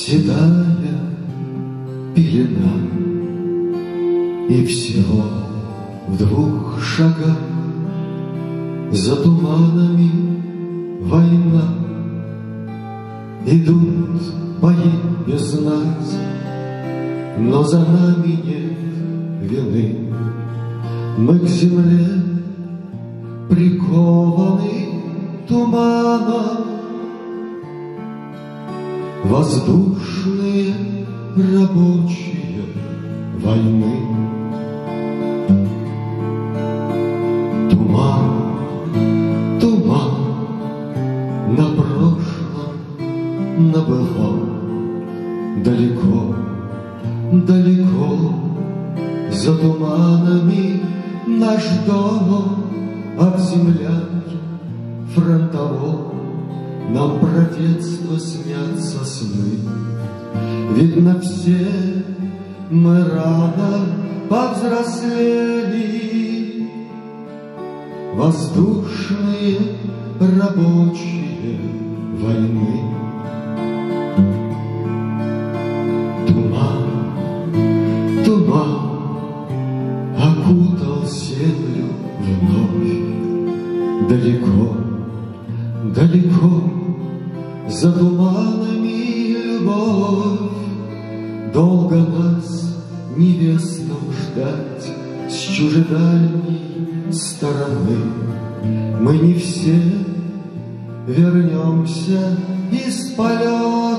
седая пелена, и всего в 2 шагах за туманами война. Идут бои без знати, но за нами нет вины. Мы к земле прикованы туманом, воздушные рабочие войны. Туман, туман на прошлом, на былом, далеко, далеко за туманами наш дом, от землянки фронтовой нам про детство снятся сны. Видно, все мы рано повзрослели, воздушные рабочие войны. Туман, туман окутал землю вновь. Далеко, далеко за туманами любовь. Долго нас невестам ждать с чужедальней стороны. Мы не все вернемся из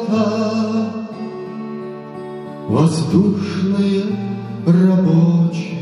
полета. Воздушные рабочие